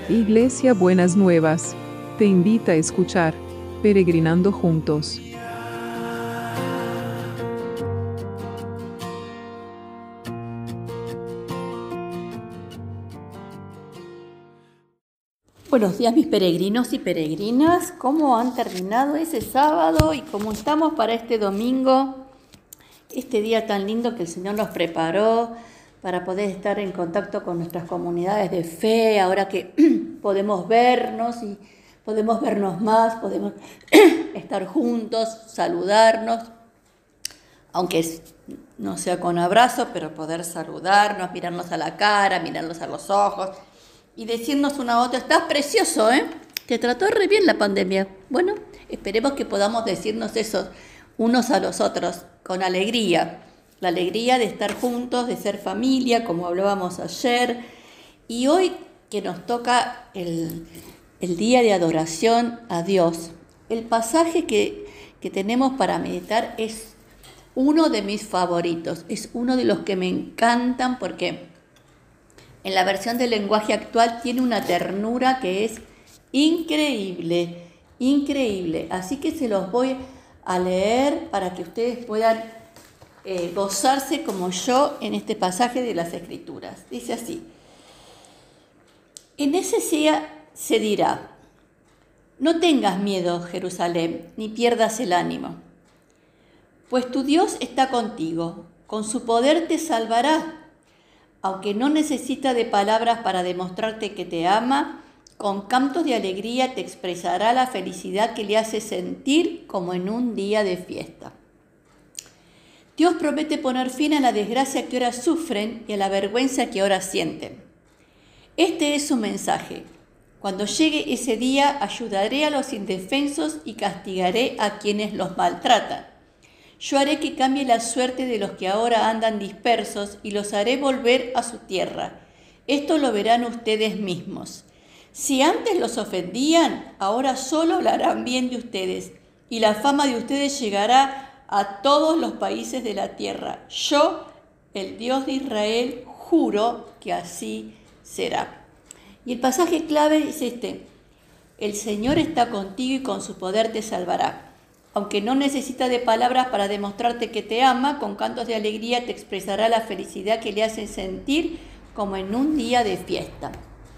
Iglesia Buenas Nuevas, te invita a escuchar Peregrinando Juntos. Buenos días, mis peregrinos y peregrinas. ¿Cómo han terminado ese sábado y cómo estamos para este domingo? Este día tan lindo que el Señor nos preparó para poder estar en contacto con nuestras comunidades de fe, ahora que podemos vernos y podemos vernos más, podemos estar juntos, saludarnos, aunque no sea con abrazo, pero poder saludarnos, mirarnos a la cara, mirarnos a los ojos y decirnos una a otra: estás precioso, ¿eh? Te trató re bien la pandemia. Bueno, esperemos que podamos decirnos eso unos a los otros con alegría. La alegría de estar juntos, de ser familia, como hablábamos ayer. Y hoy que nos toca el día de adoración a Dios, el pasaje que tenemos para meditar es uno de mis favoritos. Es uno de los que me encantan porque en la versión del lenguaje actual tiene una ternura que es increíble, increíble. Así que se los voy a leer para que ustedes puedan gozarse como yo en este pasaje de las Escrituras. Dice así: en ese día se dirá: no tengas miedo, Jerusalén, ni pierdas el ánimo, pues tu Dios está contigo, con su poder te salvará. Aunque no necesita de palabras para demostrarte que te ama, con cantos de alegría te expresará la felicidad que le hace sentir como en un día de fiesta. Dios promete poner fin a la desgracia que ahora sufren y a la vergüenza que ahora sienten. Este es su mensaje: cuando llegue ese día, ayudaré a los indefensos y castigaré a quienes los maltratan. Yo haré que cambie la suerte de los que ahora andan dispersos y los haré volver a su tierra. Esto lo verán ustedes mismos. Si antes los ofendían, ahora solo hablarán bien de ustedes, y la fama de ustedes llegará a todos los países de la tierra. Yo, el Dios de Israel, juro que así será. Y el pasaje clave es este: el Señor está contigo y con su poder te salvará. Aunque no necesita de palabras para demostrarte que te ama, con cantos de alegría te expresará la felicidad que le hacen sentir como en un día de fiesta.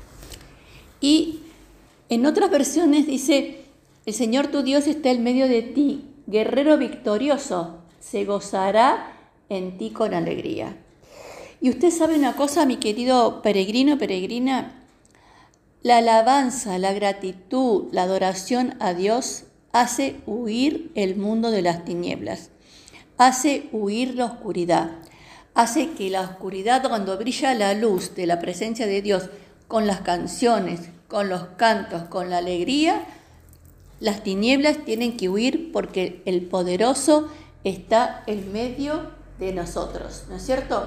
Y en otras versiones dice: el Señor tu Dios está en medio de ti, guerrero victorioso, se gozará en ti con alegría. Y usted sabe una cosa, mi querido peregrino, peregrina: la alabanza, la gratitud, la adoración a Dios hace huir el mundo de las tinieblas, hace huir la oscuridad, hace que la oscuridad, cuando brilla la luz de la presencia de Dios, con las canciones, con los cantos, con la alegría, las tinieblas tienen que huir porque el poderoso está en medio de nosotros, ¿no es cierto?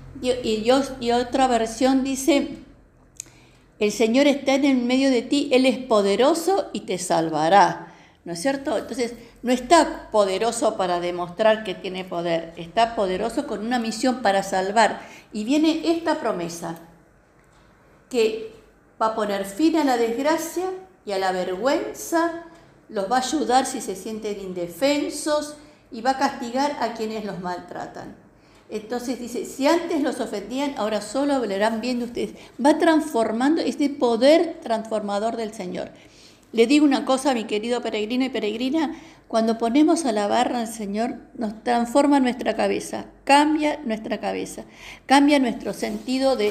Y otra versión dice: el Señor está en el medio de ti, Él es poderoso y te salvará, ¿no es cierto? Entonces, no está poderoso para demostrar que tiene poder, está poderoso con una misión para salvar. Y viene esta promesa, que va a poner fin a la desgracia y a la vergüenza, los va a ayudar si se sienten indefensos y va a castigar a quienes los maltratan. Entonces dice: si antes los ofendían, ahora solo hablarán bien de ustedes. Va transformando este poder transformador del Señor. Le digo una cosa, mi querido peregrino y peregrina: cuando ponemos a alabar al Señor, nos transforma nuestra cabeza, cambia nuestra cabeza, cambia nuestro sentido de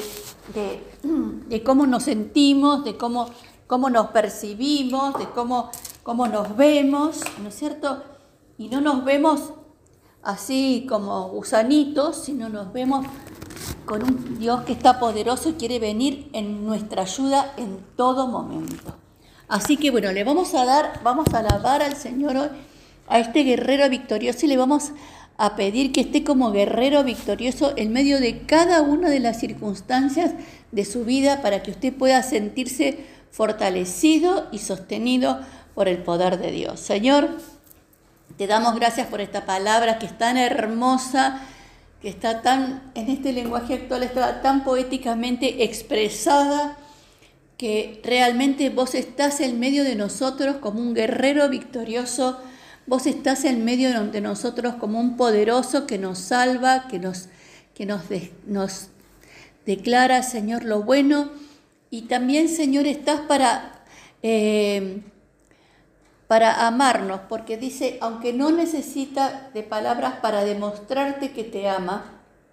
cómo nos sentimos, de cómo nos percibimos, de cómo nos vemos, ¿no es cierto? Y no nos vemos así como gusanitos, sino nos vemos con un Dios que está poderoso y quiere venir en nuestra ayuda en todo momento. Así que bueno, vamos a alabar al Señor hoy, a este guerrero victorioso, y le vamos a pedir que esté como guerrero victorioso en medio de cada una de las circunstancias de su vida, para que usted pueda sentirse fortalecido y sostenido por el poder de Dios. Señor, te damos gracias por esta palabra que es tan hermosa, que está tan, en este lenguaje actual, está tan poéticamente expresada que realmente vos estás en medio de nosotros como un guerrero victorioso, vos estás en medio de nosotros como un poderoso que nos salva, que nos declara, Señor, lo bueno. Y también, Señor, estás para amarnos, porque dice, aunque no necesita de palabras para demostrarte que te ama,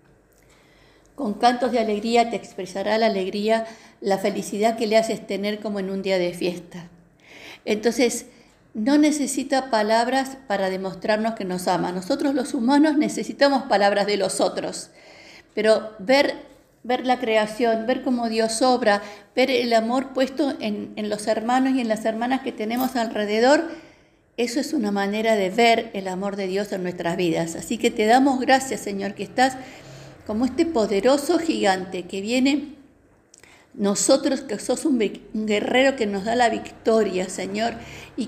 con cantos de alegría te expresará la alegría, la felicidad que le haces tener como en un día de fiesta. Entonces, no necesita palabras para demostrarnos que nos ama. Nosotros los humanos necesitamos palabras de los otros, pero ver la creación, ver cómo Dios obra, ver el amor puesto en los hermanos y en las hermanas que tenemos alrededor, eso es una manera de ver el amor de Dios en nuestras vidas. Así que te damos gracias, Señor, que estás como este poderoso gigante que viene, nosotros que sos un guerrero que nos da la victoria, Señor, y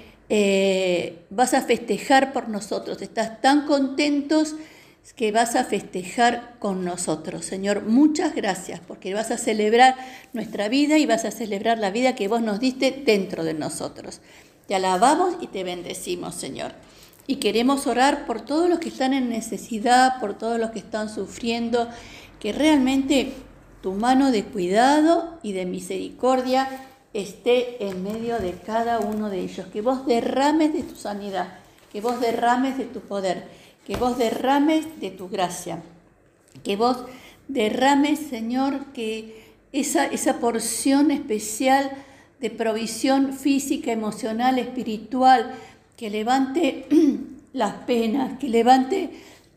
que vas a festejar por nosotros. Estás tan contentos que vas a festejar con nosotros. Señor, muchas gracias, porque vas a celebrar nuestra vida y vas a celebrar la vida que vos nos diste dentro de nosotros. Te alabamos y te bendecimos, Señor. Y queremos orar por todos los que están en necesidad, por todos los que están sufriendo, que realmente tu mano de cuidado y de misericordia esté en medio de cada uno de ellos. Que vos derrames de tu sanidad, que vos derrames de tu poder, que vos derrames de tu gracia, que vos derrames, Señor, que esa porción especial de provisión física, emocional, espiritual, que levante las penas, que levante,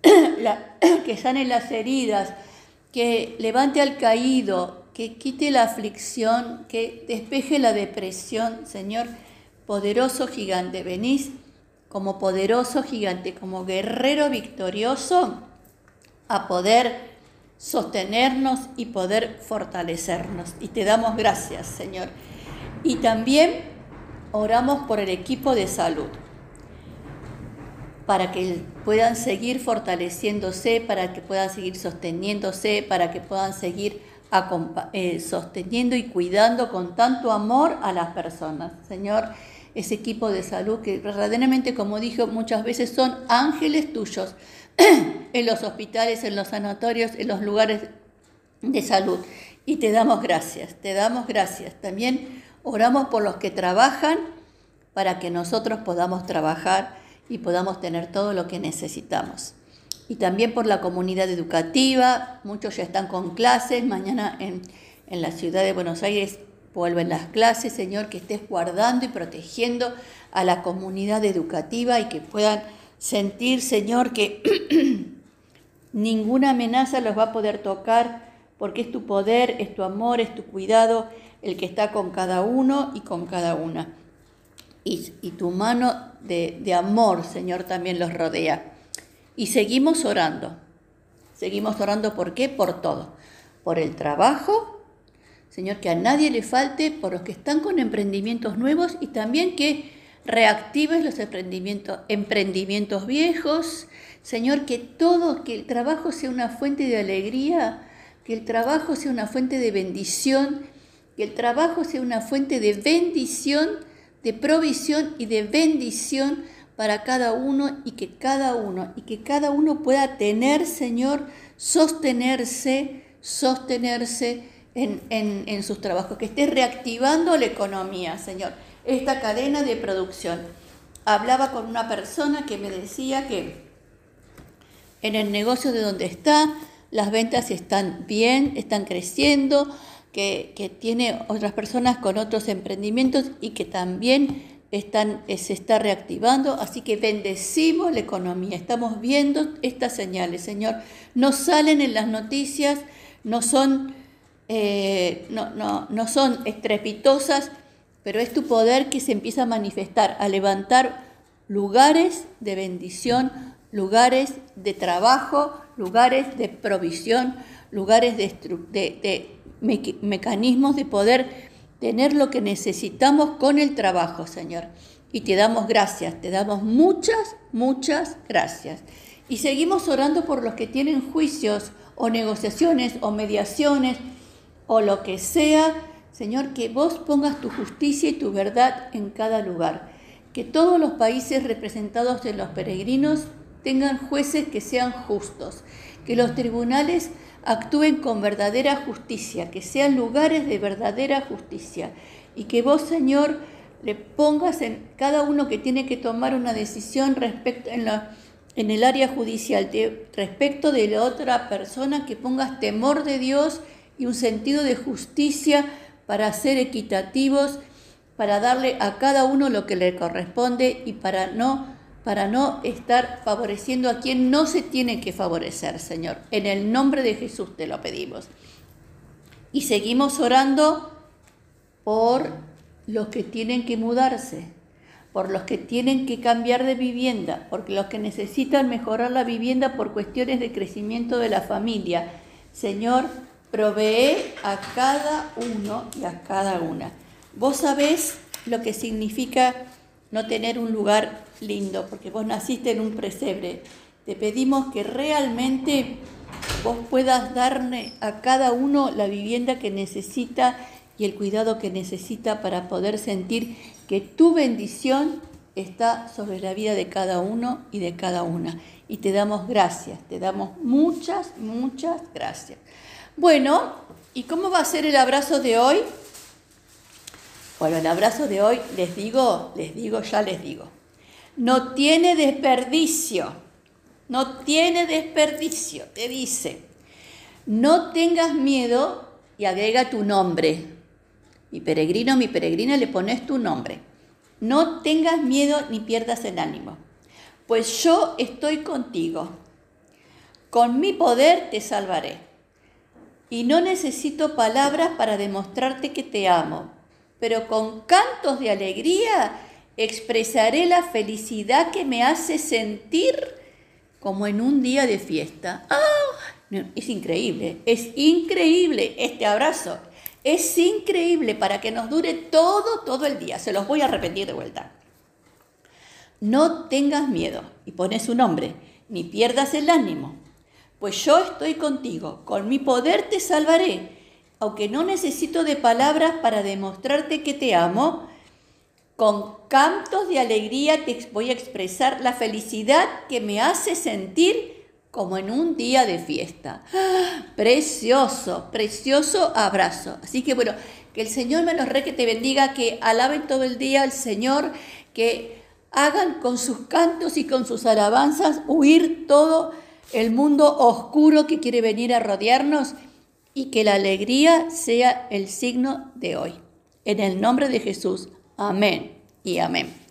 que sane las heridas, que levante al caído, que quite la aflicción, que despeje la depresión. Señor, poderoso gigante, venís como poderoso gigante, como guerrero victorioso, a poder sostenernos y poder fortalecernos. Y te damos gracias, Señor. Y también oramos por el equipo de salud, para que puedan seguir fortaleciéndose, para que puedan seguir sosteniéndose, para que puedan seguir sosteniendo y cuidando con tanto amor a las personas. Señor, ese equipo de salud que verdaderamente, como dije muchas veces, son ángeles tuyos en los hospitales, en los sanatorios, en los lugares de salud. Y te damos gracias, te damos gracias. También oramos por los que trabajan para que nosotros podamos trabajar y podamos tener todo lo que necesitamos. Y también por la comunidad educativa, muchos ya están con clases, mañana en la ciudad de Buenos Aires vuelven las clases. Señor, que estés guardando y protegiendo a la comunidad educativa y que puedan sentir, Señor, que ninguna amenaza los va a poder tocar, porque es tu poder, es tu amor, es tu cuidado el que está con cada uno y con cada una. Y tu mano de amor, Señor, también los rodea. Y seguimos orando. Seguimos orando, ¿por qué? Por todo. Por el trabajo, Señor, que a nadie le falte, por los que están con emprendimientos nuevos y también que reactives los emprendimientos viejos. Señor, que el trabajo sea una fuente de alegría, que el trabajo sea una fuente de bendición, que el trabajo sea una fuente de bendición, de provisión y de bendición para cada uno y que cada uno pueda tener, Señor, sostenerse en sus trabajos, que esté reactivando la economía, Señor, esta cadena de producción. Hablaba con una persona que me decía que en el negocio de donde está, las ventas están bien, están creciendo, que tiene otras personas con otros emprendimientos y que también se está reactivando. Así que bendecimos la economía. Estamos viendo estas señales, Señor. No salen en las noticias, no son estrepitosas, pero es tu poder que se empieza a manifestar, a levantar lugares de bendición, lugares de trabajo, lugares de provisión, lugares de mecanismos de poder tener lo que necesitamos con el trabajo, Señor. Y te damos gracias, te damos muchas, muchas gracias. Y seguimos orando por los que tienen juicios o negociaciones o mediaciones o lo que sea, Señor, que vos pongas tu justicia y tu verdad en cada lugar. Que todos los países representados en los peregrinos tengan jueces que sean justos. Que los tribunales actúen con verdadera justicia, que sean lugares de verdadera justicia. Y que vos, Señor, le pongas en cada uno que tiene que tomar una decisión respecto en el área judicial, respecto de la otra persona, que pongas temor de Dios y un sentido de justicia para ser equitativos, para darle a cada uno lo que le corresponde y para no estar favoreciendo a quien no se tiene que favorecer, Señor. En el nombre de Jesús te lo pedimos. Y seguimos orando por los que tienen que mudarse, por los que tienen que cambiar de vivienda, por los que necesitan mejorar la vivienda por cuestiones de crecimiento de la familia. Señor, provee a cada uno y a cada una. Vos sabés lo que significa no tener un lugar lindo, porque vos naciste en un pesebre. Te pedimos que realmente vos puedas darle a cada uno la vivienda que necesita y el cuidado que necesita para poder sentir que tu bendición está sobre la vida de cada uno y de cada una. Y te damos gracias, te damos muchas, muchas gracias. Bueno, ¿y cómo va a ser el abrazo de hoy? Bueno, el abrazo de hoy, les digo, no tiene desperdicio, te dice, no tengas miedo y agrega tu nombre. Mi peregrino, mi peregrina, le pones tu nombre. No tengas miedo ni pierdas el ánimo, pues yo estoy contigo. Con mi poder te salvaré. Y no necesito palabras para demostrarte que te amo, pero con cantos de alegría expresaré la felicidad que me hace sentir como en un día de fiesta. Es increíble este abrazo. Es increíble para que nos dure todo el día. Se los voy a repetir de vuelta. No tengas miedo, y pones su nombre, ni pierdas el ánimo, pues yo estoy contigo, con mi poder te salvaré, aunque no necesito de palabras para demostrarte que te amo, con cantos de alegría te voy a expresar la felicidad que me hace sentir como en un día de fiesta. Precioso, precioso abrazo. Así que bueno, que el Señor me los que te bendiga, que alaben todo el día al Señor, que hagan con sus cantos y con sus alabanzas huir todo el mundo oscuro que quiere venir a rodearnos y que la alegría sea el signo de hoy. En el nombre de Jesús. Amén y amén.